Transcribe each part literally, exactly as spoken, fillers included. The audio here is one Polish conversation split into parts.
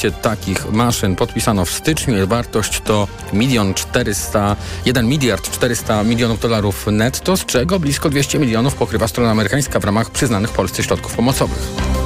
dwieście takich maszyn podpisano w styczniu. Ich wartość to milion czterysta, jeden miliard czterysta milionów dolarów netto, z czego blisko dwieście milionów pokrywa strona amerykańska w ramach przyznanych Polsce środków pomocowych.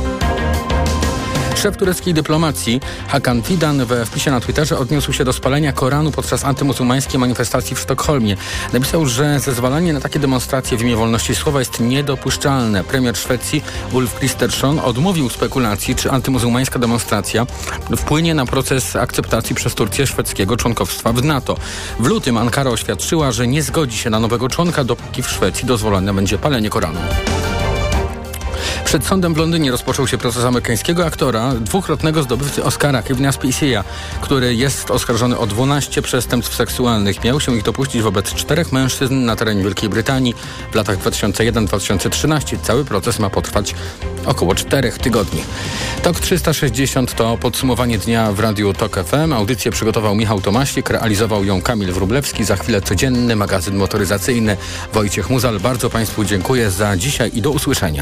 Szef tureckiej dyplomacji Hakan Fidan we wpisie na Twitterze odniósł się do spalenia Koranu podczas antymuzułmańskiej manifestacji w Sztokholmie. Napisał, że zezwalanie na takie demonstracje w imię wolności słowa jest niedopuszczalne. Premier Szwecji Ulf Kristersson odmówił spekulacji, czy antymuzułmańska demonstracja wpłynie na proces akceptacji przez Turcję szwedzkiego członkostwa w NATO. W lutym Ankara oświadczyła, że nie zgodzi się na nowego członka, dopóki w Szwecji dozwolone będzie palenie Koranu. Przed sądem w Londynie rozpoczął się proces amerykańskiego aktora, dwukrotnego zdobywcy Oscara Kevina Spacey'a, który jest oskarżony o dwanaście przestępstw seksualnych. Miał się ich dopuścić wobec czterech mężczyzn na terenie Wielkiej Brytanii w latach dwa tysiące jeden do dwa tysiące trzynastego. Cały proces ma potrwać około czterech tygodni. Tok trzysta sześćdziesiąt to podsumowanie dnia w Radiu Tok F M. Audycję przygotował Michał Tomasik, realizował ją Kamil Wróblewski. Za chwilę codzienny magazyn motoryzacyjny. Wojciech Muzal. Bardzo Państwu dziękuję za dzisiaj i do usłyszenia.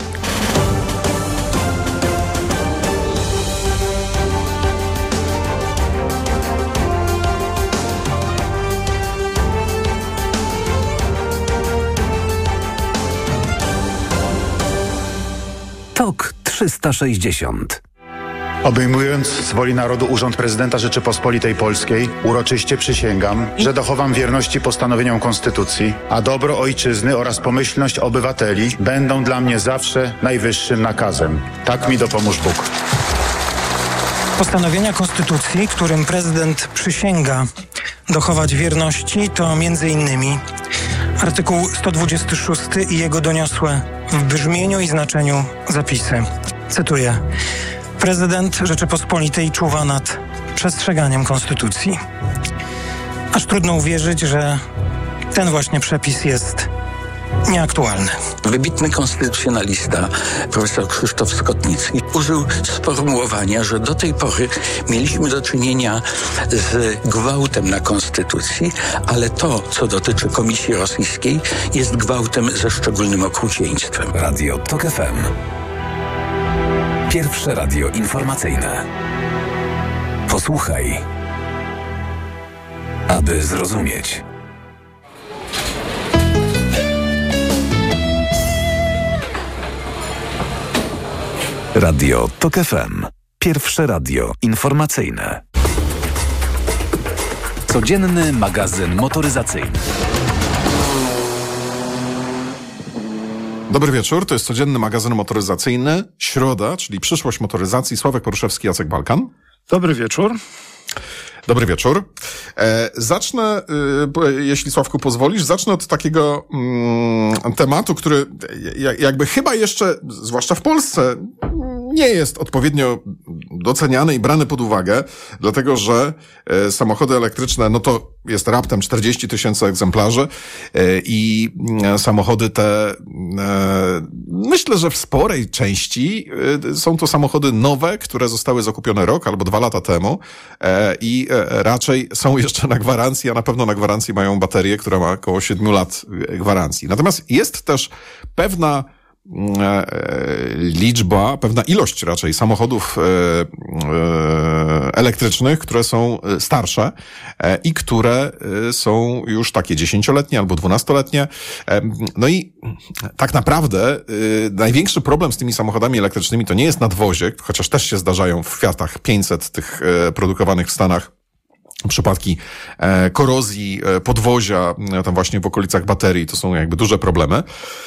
Tok trzysta sześćdziesiąt. Obejmując z woli narodu Urząd Prezydenta Rzeczypospolitej Polskiej, uroczyście przysięgam, że dochowam wierności postanowieniom Konstytucji, a dobro Ojczyzny oraz pomyślność obywateli będą dla mnie zawsze najwyższym nakazem. Tak mi dopomóż Bóg. Postanowienia Konstytucji, którym prezydent przysięga dochować wierności, to między innymi artykuł sto dwudziesty szósty i jego doniosłe w brzmieniu i znaczeniu zapisy. Cytuję. Prezydent Rzeczypospolitej czuwa nad przestrzeganiem Konstytucji. Aż trudno uwierzyć, że ten właśnie przepis jest nieaktualny. Wybitny konstytucjonalista, profesor Krzysztof Skotnicki, użył sformułowania, że do tej pory mieliśmy do czynienia z gwałtem na konstytucji, ale to, co dotyczy Komisji Rosyjskiej, jest gwałtem ze szczególnym okrucieństwem. Radio Tok F M. Pierwsze radio informacyjne. Posłuchaj, aby zrozumieć. Radio Tok F M. Pierwsze radio informacyjne. Codzienny magazyn motoryzacyjny. Dobry wieczór, to jest codzienny magazyn motoryzacyjny. Środa, czyli przyszłość motoryzacji. Sławek Poruszewski, Jacek Balkan. Dobry wieczór. Dobry wieczór. E, zacznę, e, jeśli Sławku pozwolisz, zacznę od takiego mm, tematu, który jakby chyba jeszcze, zwłaszcza w Polsce, nie jest odpowiednio doceniany i brany pod uwagę, dlatego że e, samochody elektryczne, no to jest raptem czterdzieści tysięcy egzemplarzy e, i e, samochody te, e, myślę, że w sporej części e, są to samochody nowe, które zostały zakupione rok albo dwa lata temu e, i e, raczej są jeszcze na gwarancji, a na pewno na gwarancji mają baterię, która ma około siedmiu lat gwarancji. Natomiast jest też pewna liczba, pewna ilość raczej samochodów elektrycznych, które są starsze i które są już takie dziesięcioletnie albo dwunastoletnie. No i tak naprawdę największy problem z tymi samochodami elektrycznymi to nie jest nadwozie, chociaż też się zdarzają w Fiatach pięćset tych produkowanych w Stanach przypadki e, korozji, e, podwozia, e, tam właśnie w okolicach baterii, to są jakby duże problemy.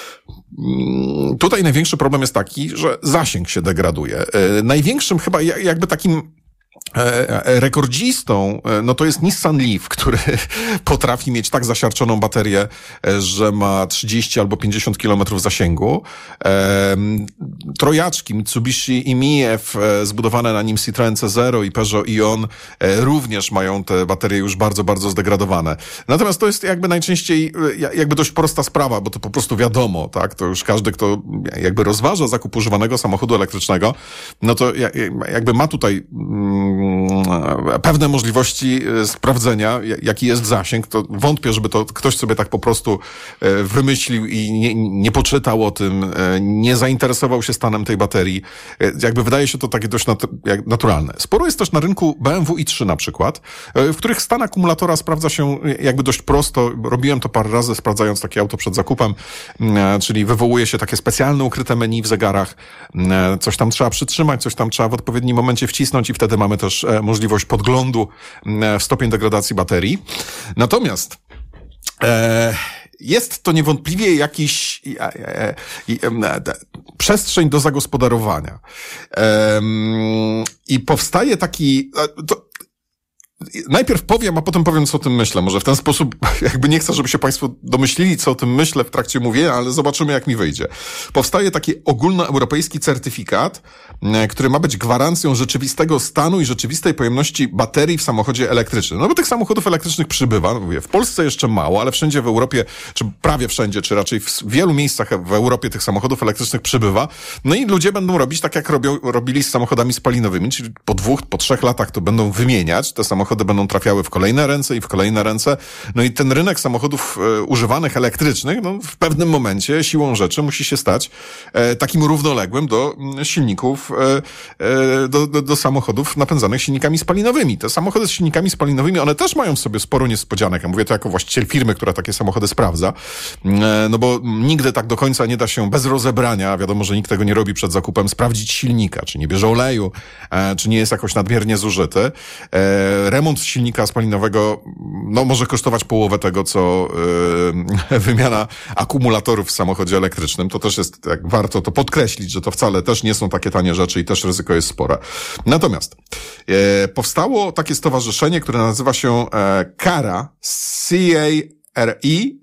Tutaj największy problem jest taki, że zasięg się degraduje. E, największym chyba jakby takim rekordzistą, no to jest Nissan Leaf, który potrafi mieć tak zasiarczoną baterię, że ma trzydzieści albo pięćdziesiąt kilometrów zasięgu. Trojaczki Mitsubishi i M I E F, zbudowane na nim Citroën C zero i Peugeot Ion, również mają te baterie już bardzo, bardzo zdegradowane. Natomiast to jest jakby najczęściej jakby dość prosta sprawa, bo to po prostu wiadomo, tak? To już każdy, kto jakby rozważa zakup używanego samochodu elektrycznego, no to jakby ma tutaj pewne możliwości sprawdzenia, jaki jest zasięg. To wątpię, żeby to ktoś sobie tak po prostu wymyślił i nie, nie poczytał o tym, nie zainteresował się stanem tej baterii. Jakby wydaje się to takie dość nat- naturalne. Sporo jest też na rynku B M W i trzy na przykład, w których stan akumulatora sprawdza się jakby dość prosto. Robiłem to parę razy, sprawdzając takie auto przed zakupem, czyli wywołuje się takie specjalne ukryte menu w zegarach. Coś tam trzeba przytrzymać, coś tam trzeba w odpowiednim momencie wcisnąć i wtedy mamy też możliwość podglądu w stopień degradacji baterii. Natomiast e, jest to niewątpliwie jakiś e, e, e, przestrzeń do zagospodarowania. E, I powstaje taki... To, najpierw powiem, a potem powiem, co o tym myślę. Może w ten sposób, jakby nie chcę, żeby się Państwo domyślili, co o tym myślę w trakcie mówienia, ale zobaczymy, jak mi wyjdzie. Powstaje taki ogólnoeuropejski certyfikat, który ma być gwarancją rzeczywistego stanu i rzeczywistej pojemności baterii w samochodzie elektrycznym. No bo tych samochodów elektrycznych przybywa. No mówię, w Polsce jeszcze mało, ale wszędzie w Europie, czy prawie wszędzie, czy raczej w wielu miejscach w Europie tych samochodów elektrycznych przybywa. No i ludzie będą robić tak, jak robią, robili z samochodami spalinowymi, czyli po dwóch, po trzech latach to będą wymieniać te samochody. Samochody będą trafiały w kolejne ręce i w kolejne ręce. No i ten rynek samochodów e, używanych elektrycznych, no w pewnym momencie siłą rzeczy musi się stać e, takim równoległym do silników, e, e, do, do, do samochodów napędzanych silnikami spalinowymi. Te samochody z silnikami spalinowymi, one też mają w sobie sporo niespodzianek. Ja mówię to jako właściciel firmy, która takie samochody sprawdza. E, no bo nigdy tak do końca nie da się bez rozebrania, wiadomo, że nikt tego nie robi przed zakupem, sprawdzić silnika, czy nie bierze oleju, e, czy nie jest jakoś nadmiernie zużyty. E, Remont silnika spalinowego no, może kosztować połowę tego, co yy, wymiana akumulatorów w samochodzie elektrycznym. To też jest, jak warto to podkreślić, że to wcale też nie są takie tanie rzeczy i też ryzyko jest spore. Natomiast yy, powstało takie stowarzyszenie, które nazywa się yy, CARA, C A R I,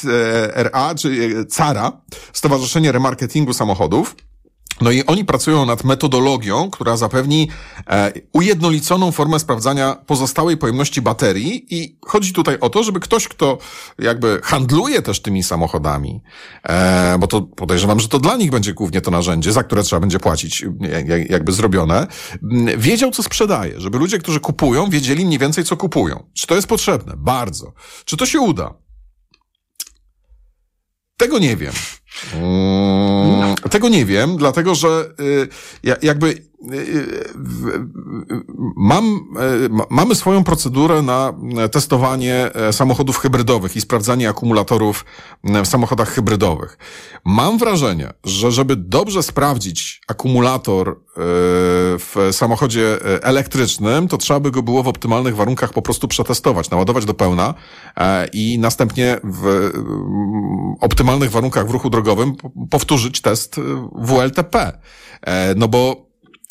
R A, czyli CARA, Stowarzyszenie Remarketingu Samochodów. No i oni pracują nad metodologią, która zapewni e, ujednoliconą formę sprawdzania pozostałej pojemności baterii i chodzi tutaj o to, żeby ktoś, kto jakby handluje też tymi samochodami, e, bo to podejrzewam, że to dla nich będzie głównie to narzędzie, za które trzeba będzie płacić, jak, jakby zrobione, wiedział, co sprzedaje, żeby ludzie, którzy kupują, wiedzieli mniej więcej, co kupują. Czy to jest potrzebne? Bardzo. Czy to się uda? Tego nie wiem. Hmm, tego nie wiem, dlatego że y, jakby y, y, mam, y, mamy swoją procedurę na testowanie samochodów hybrydowych i sprawdzanie akumulatorów w samochodach hybrydowych. Mam wrażenie, że żeby dobrze sprawdzić akumulator y, w samochodzie elektrycznym, to trzeba by go było w optymalnych warunkach po prostu przetestować, naładować do pełna y, i następnie w y, optymalnych warunkach w ruchu drogowym powtórzyć test W L T P. No bo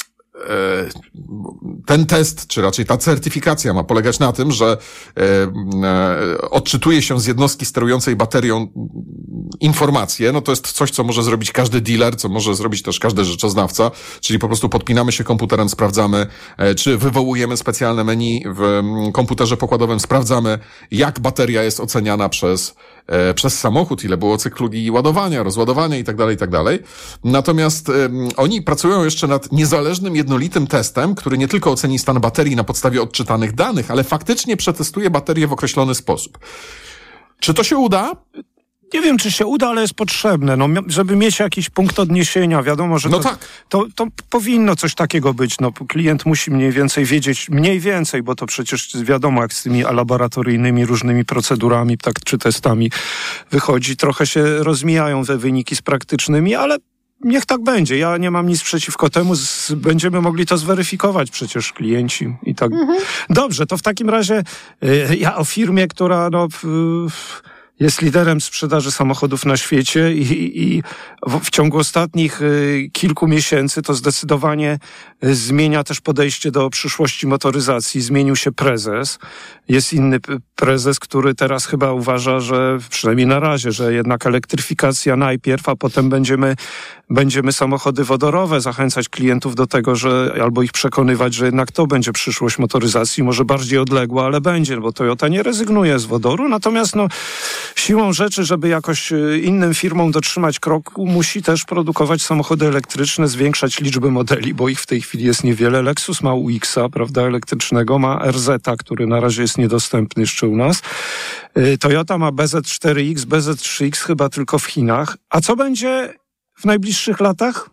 ten test, czy raczej ta certyfikacja ma polegać na tym, że odczytuje się z jednostki sterującej baterią informacje. No to jest coś, co może zrobić każdy dealer, co może zrobić też każdy rzeczoznawca, czyli po prostu podpinamy się komputerem, sprawdzamy, czy wywołujemy specjalne menu w komputerze pokładowym, sprawdzamy, jak bateria jest oceniana przez przez samochód, ile było cyklu ładowania, rozładowania i tak dalej, i tak dalej. Natomiast um, oni pracują jeszcze nad niezależnym, jednolitym testem, który nie tylko oceni stan baterii na podstawie odczytanych danych, ale faktycznie przetestuje baterię w określony sposób. Czy to się uda? Nie wiem, czy się uda, ale jest potrzebne, no, żeby mieć jakiś punkt odniesienia. Wiadomo, że no to, tak. to, to powinno coś takiego być. No, klient musi mniej więcej wiedzieć, mniej więcej, bo to przecież wiadomo, jak z tymi laboratoryjnymi różnymi procedurami, tak, czy testami wychodzi. Trochę się rozmijają te wyniki z praktycznymi, ale niech tak będzie. Ja nie mam nic przeciwko temu. Z, będziemy mogli to zweryfikować przecież klienci i tak. Mhm. Dobrze, to w takim razie y, ja o firmie, która no... Y, jest liderem sprzedaży samochodów na świecie i, i w, w ciągu ostatnich y, kilku miesięcy to zdecydowanie y, zmienia też podejście do przyszłości motoryzacji. Zmienił się prezes. Jest inny p- prezes, który teraz chyba uważa, że przynajmniej na razie, że jednak elektryfikacja najpierw, a potem będziemy, będziemy samochody wodorowe zachęcać klientów do tego, że albo ich przekonywać, że jednak to będzie przyszłość motoryzacji, może bardziej odległa, ale będzie, bo Toyota nie rezygnuje z wodoru. Natomiast no siłą rzeczy, żeby jakoś innym firmom dotrzymać kroku, musi też produkować samochody elektryczne, zwiększać liczbę modeli, bo ich w tej chwili jest niewiele. Lexus ma U X-a, prawda, elektrycznego, ma R Z-a, który na razie jest niedostępny jeszcze u nas. Toyota ma B Z cztery X, B Z trzy X chyba tylko w Chinach. A co będzie w najbliższych latach?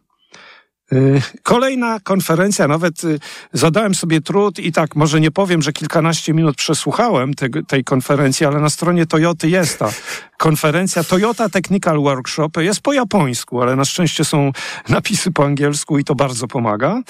Kolejna konferencja, nawet zadałem sobie trud i tak, może nie powiem, że kilkanaście minut przesłuchałem te, tej konferencji, ale na stronie Toyoty jest ta konferencja Toyota Technical Workshop. Jest po japońsku, ale na szczęście są napisy po angielsku i to bardzo pomaga.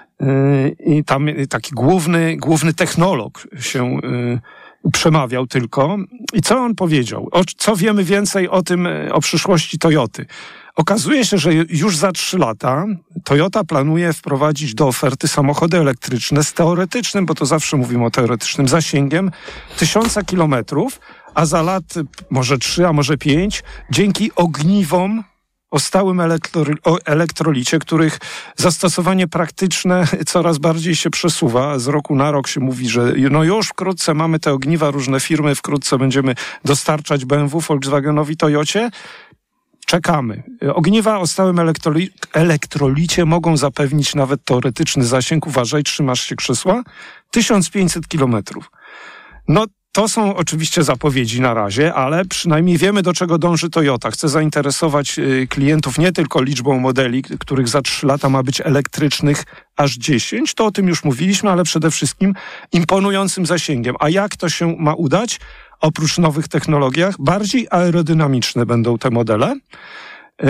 I tam taki główny, główny technolog się przemawiał tylko. I co on powiedział? O, co wiemy więcej o tym, o przyszłości Toyoty? Okazuje się, że już za trzy lata Toyota planuje wprowadzić do oferty samochody elektryczne z teoretycznym, bo to zawsze mówimy o teoretycznym, zasięgiem tysiąca kilometrów, a za lat może trzy, a może pięć, dzięki ogniwom o stałym elektro, o elektrolicie, których zastosowanie praktyczne coraz bardziej się przesuwa. Z roku na rok się mówi, że no już wkrótce mamy te ogniwa, różne firmy, wkrótce będziemy dostarczać B M W, Volkswagenowi, Toyocie. Czekamy. Ogniwa o stałym elektroli- elektrolicie mogą zapewnić nawet teoretyczny zasięg. Uważaj, trzymasz się krzesła? tysiąc pięćset kilometrów. No to są oczywiście zapowiedzi na razie, ale przynajmniej wiemy, do czego dąży Toyota. Chce zainteresować y, klientów nie tylko liczbą modeli, których za trzy lata ma być elektrycznych aż dziesięć. To o tym już mówiliśmy, ale przede wszystkim imponującym zasięgiem. A jak to się ma udać? Oprócz nowych technologiach, bardziej aerodynamiczne będą te modele. Yy,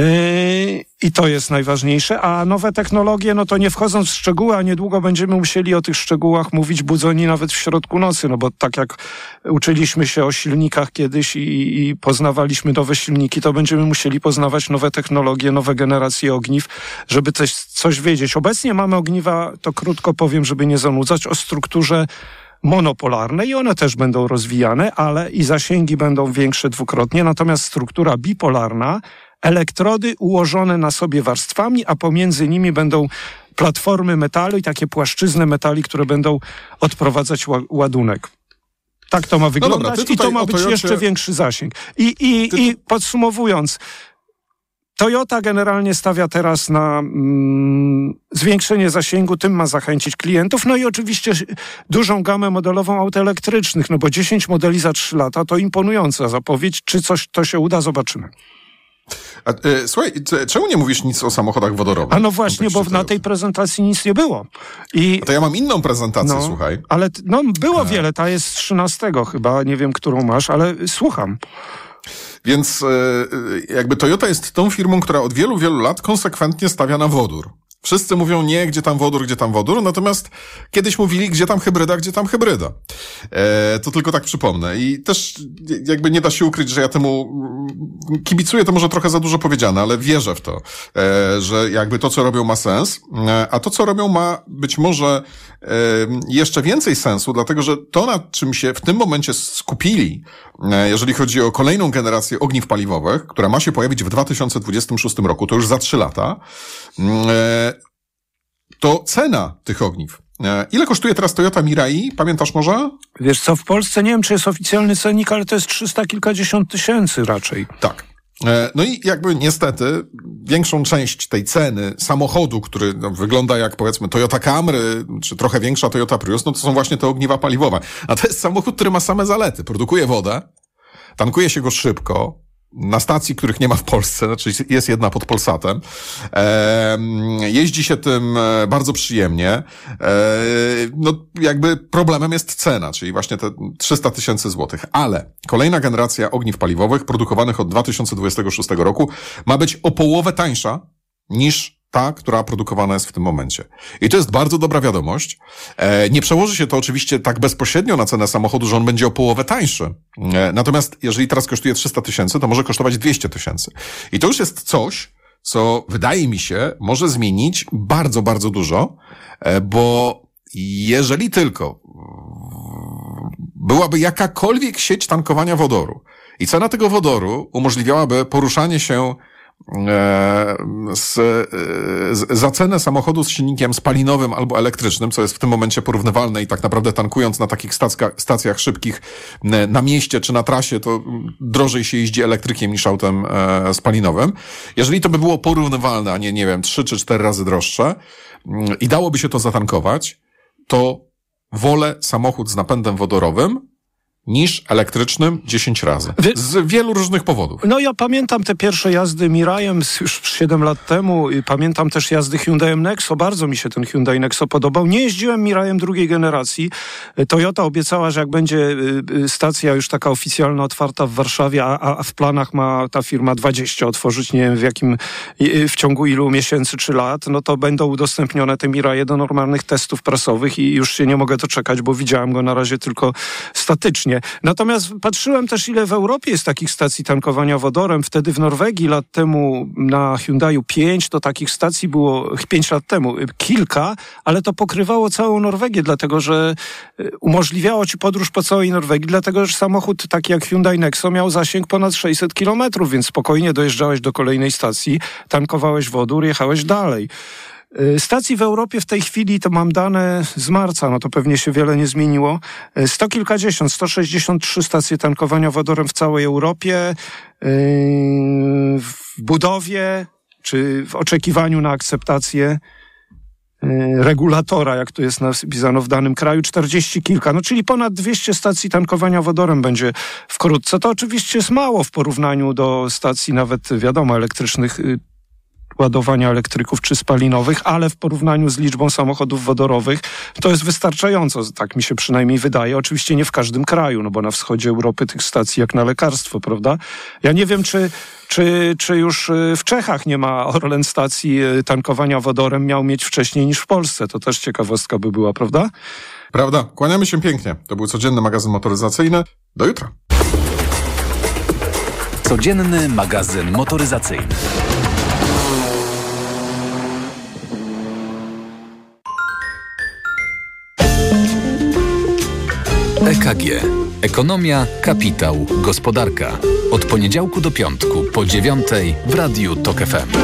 I to jest najważniejsze. A nowe technologie, no to nie wchodząc w szczegóły, a niedługo będziemy musieli o tych szczegółach mówić budzeni nawet w środku nocy, no bo tak jak uczyliśmy się o silnikach kiedyś i, i poznawaliśmy nowe silniki, to będziemy musieli poznawać nowe technologie, nowe generacje ogniw, żeby coś, coś wiedzieć. Obecnie mamy ogniwa, to krótko powiem, żeby nie zanudzać, o strukturze monopolarne i one też będą rozwijane, ale i zasięgi będą większe dwukrotnie, natomiast struktura bipolarna, elektrody ułożone na sobie warstwami, a pomiędzy nimi będą platformy metalu i takie płaszczyzny metali, które będą odprowadzać ładunek. Tak to ma wyglądać no dobra, i to ma być Toyocie... jeszcze większy zasięg. I, i, ty... i podsumowując, Toyota generalnie stawia teraz na mm, zwiększenie zasięgu, tym ma zachęcić klientów, no i oczywiście dużą gamę modelową aut elektrycznych, no bo dziesięć modeli za trzy lata to imponująca zapowiedź, czy coś to się uda, zobaczymy. A, e, słuchaj, czemu nie mówisz nic o samochodach wodorowych? A no właśnie, bo na tej prezentacji nic nie było. I, A to ja mam inną prezentację, no, słuchaj. Ale no, było e... wiele, ta jest z trzynastego chyba, nie wiem, którą masz, ale słucham. Więc jakby Toyota jest tą firmą, która od wielu, wielu lat konsekwentnie stawia na wodór. Wszyscy mówią nie, gdzie tam wodór, gdzie tam wodór, natomiast kiedyś mówili, gdzie tam hybryda, gdzie tam hybryda. E, to tylko tak przypomnę. I też jakby nie da się ukryć, że ja temu kibicuję, to może trochę za dużo powiedziane, ale wierzę w to, e, że jakby to, co robią, ma sens, e, a to, co robią, ma być może e, jeszcze więcej sensu, dlatego że to, nad czym się w tym momencie skupili, e, jeżeli chodzi o kolejną generację ogniw paliwowych, która ma się pojawić w dwa tysiące dwudziestym szóstym roku, to już za trzy lata, e, to cena tych ogniw. Ile kosztuje teraz Toyota Mirai? Pamiętasz może? Wiesz co, w Polsce nie wiem, czy jest oficjalny cennik, ale to jest trzysta kilkadziesiąt tysięcy raczej. Tak. No i jakby niestety większą część tej ceny samochodu, który no, wygląda jak powiedzmy Toyota Camry, czy trochę większa Toyota Prius, no to są właśnie te ogniwa paliwowe. A to jest samochód, który ma same zalety. Produkuje wodę, tankuje się go szybko, na stacji, których nie ma w Polsce, znaczy jest jedna pod Polsatem. E, jeździ się tym bardzo przyjemnie. E, no jakby problemem jest cena, czyli właśnie te trzysta tysięcy złotych. Ale kolejna generacja ogniw paliwowych produkowanych od dwa tysiące dwudziestego szóstego roku ma być o połowę tańsza niż ta, która produkowana jest w tym momencie. I to jest bardzo dobra wiadomość. E, nie przełoży się to oczywiście tak bezpośrednio na cenę samochodu, że on będzie o połowę tańszy. E, natomiast jeżeli teraz kosztuje trzysta tysięcy, to może kosztować dwieście tysięcy. I to już jest coś, co wydaje mi się może zmienić bardzo, bardzo dużo, e, bo jeżeli tylko byłaby jakakolwiek sieć tankowania wodoru i cena tego wodoru umożliwiałaby poruszanie się z, z, za cenę samochodu z silnikiem spalinowym albo elektrycznym, co jest w tym momencie porównywalne i tak naprawdę tankując na takich stacjach, stacjach szybkich na mieście czy na trasie, to drożej się jeździ elektrykiem niż autem e, spalinowym. Jeżeli to by było porównywalne, a nie, nie wiem, trzy czy cztery razy droższe i dałoby się to zatankować, to wolę samochód z napędem wodorowym niż elektrycznym dziesięć razy. Z wielu różnych powodów. No ja pamiętam te pierwsze jazdy Mirajem już siedem lat temu i pamiętam też jazdy Hyundaiem Nexo. Bardzo mi się ten Hyundai Nexo podobał. Nie jeździłem Mirajem drugiej generacji. Toyota obiecała, że jak będzie stacja już taka oficjalna otwarta w Warszawie, a, a w planach ma ta firma dwadzieścia otworzyć, nie wiem w jakim, w ciągu ilu miesięcy czy lat, no to będą udostępnione te Miraje do normalnych testów prasowych i już się nie mogę doczekać, bo widziałem go na razie tylko statycznie. Natomiast patrzyłem też, ile w Europie jest takich stacji tankowania wodorem. Wtedy w Norwegii lat temu na Hyundaiu pięć, to takich stacji było pięć lat temu kilka, ale to pokrywało całą Norwegię, dlatego że umożliwiało ci podróż po całej Norwegii, dlatego że samochód taki jak Hyundai Nexo miał zasięg ponad sześćset kilometrów, więc spokojnie dojeżdżałeś do kolejnej stacji, tankowałeś wodór, jechałeś dalej. Stacji w Europie w tej chwili, to mam dane z marca, no to pewnie się wiele nie zmieniło. Sto kilkadziesiąt, sto sześćdziesiąt trzy stacje tankowania wodorem w całej Europie, w budowie czy w oczekiwaniu na akceptację regulatora, jak to jest napisano w danym kraju, czterdzieści kilka, no czyli ponad dwieście stacji tankowania wodorem będzie wkrótce. To oczywiście jest mało w porównaniu do stacji nawet, wiadomo, elektrycznych, ładowania elektryków czy spalinowych, ale w porównaniu z liczbą samochodów wodorowych to jest wystarczająco, tak mi się przynajmniej wydaje. Oczywiście nie w każdym kraju, no bo na wschodzie Europy tych stacji jak na lekarstwo, prawda? Ja nie wiem, czy, czy, czy już w Czechach nie ma Orlen stacji tankowania wodorem, miał mieć wcześniej niż w Polsce. To też ciekawostka by była, prawda? Prawda. Kłaniamy się pięknie. To był codzienny magazyn motoryzacyjny. Do jutra. Codzienny magazyn motoryzacyjny. E K G. Ekonomia, kapitał, gospodarka. Od poniedziałku do piątku po dziewiątej w Radiu Tok F M.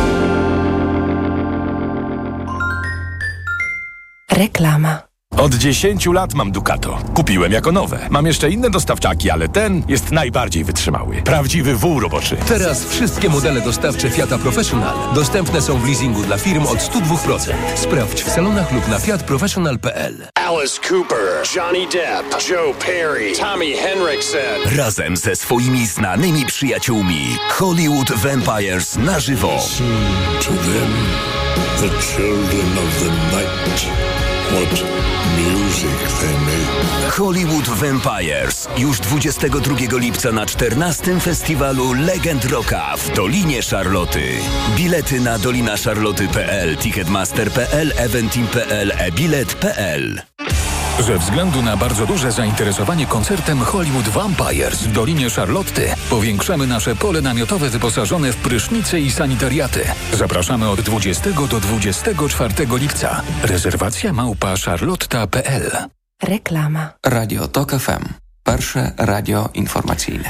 Reklama. Od dziesięciu lat mam Ducato. Kupiłem jako nowe. Mam jeszcze inne dostawczaki, ale ten jest najbardziej wytrzymały. Prawdziwy wół roboczy. Teraz wszystkie modele dostawcze Fiata Professional dostępne są w leasingu dla firm od sto dwa procent. Sprawdź w salonach lub na fiat professional kropka p l. Alice Cooper, Johnny Depp, Joe Perry, Tommy Henriksen. Razem ze swoimi znanymi przyjaciółmi Hollywood Vampires na żywo. Listen to them, the children of the night. What music they make. Hollywood Vampires już dwudziestego drugiego lipca na czternastym festiwalu Legend Rocka w Dolinie Szarloty. Bilety na dolina szarloty kropka p l, ticketmaster kropka p l, eventim kropka p l, e-bilet kropka p l. Ze względu na bardzo duże zainteresowanie koncertem Hollywood Vampires w Dolinie Szarlotty powiększamy nasze pole namiotowe wyposażone w prysznice i sanitariaty. Zapraszamy od dwudziestego do dwudziestego czwartego lipca. Rezerwacja małpa szarlotta kropka p l. Reklama. Radio Tok F M. Pierwsze radio informacyjne.